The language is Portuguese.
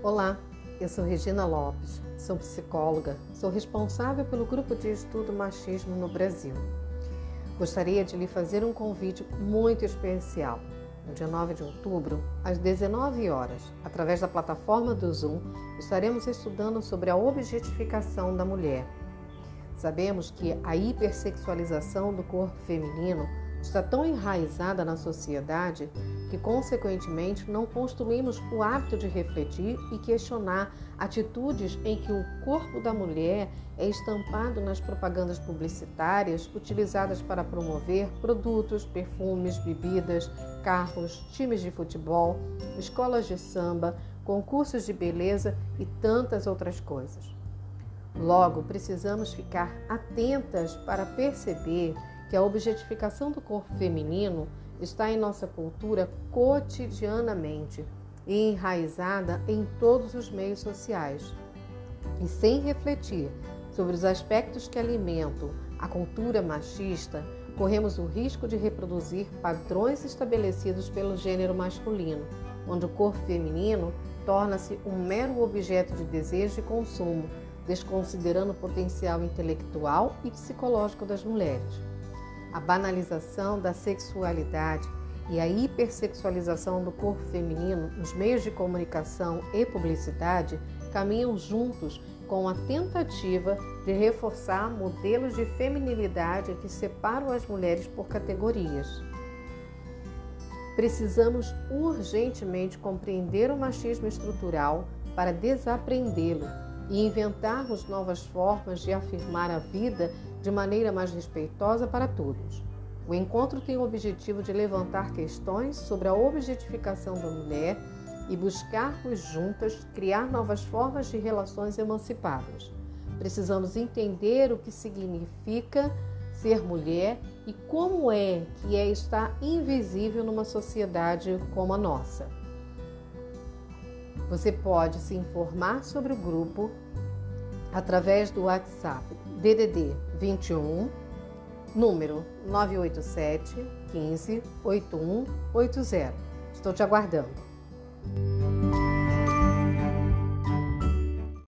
Olá, eu sou Regina Lopes, sou psicóloga, sou responsável pelo Grupo de Estudo Machismo no Brasil. Gostaria de lhe fazer um convite muito especial. No dia 9 de outubro, às 19 horas, através da plataforma do Zoom, estaremos estudando sobre a objetificação da mulher. Sabemos que a hipersexualização do corpo feminino está tão enraizada na sociedade que, consequentemente, não construímos o hábito de refletir e questionar atitudes em que o corpo da mulher é estampado nas propagandas publicitárias utilizadas para promover produtos, perfumes, bebidas, carros, times de futebol, escolas de samba, concursos de beleza e tantas outras coisas. Logo, precisamos ficar atentas para perceber que a objetificação do corpo feminino está em nossa cultura cotidianamente e enraizada em todos os meios sociais. E sem refletir sobre os aspectos que alimentam a cultura machista, corremos o risco de reproduzir padrões estabelecidos pelo gênero masculino, onde o corpo feminino torna-se um mero objeto de desejo e consumo, desconsiderando o potencial intelectual e psicológico das mulheres. A banalização da sexualidade e a hipersexualização do corpo feminino nos meios de comunicação e publicidade caminham juntos com a tentativa de reforçar modelos de feminilidade que separam as mulheres por categorias. Precisamos urgentemente compreender o machismo estrutural para desaprendê-lo e inventarmos novas formas de afirmar a vida de maneira mais respeitosa para todos. O encontro tem o objetivo de levantar questões sobre a objetificação da mulher e buscarmos juntas criar novas formas de relações emancipadas. Precisamos entender o que significa ser mulher e como é que estar invisível numa sociedade como a nossa. Você pode se informar sobre o grupo através do WhatsApp DDD 21, número 987 15 8180. Estou te aguardando.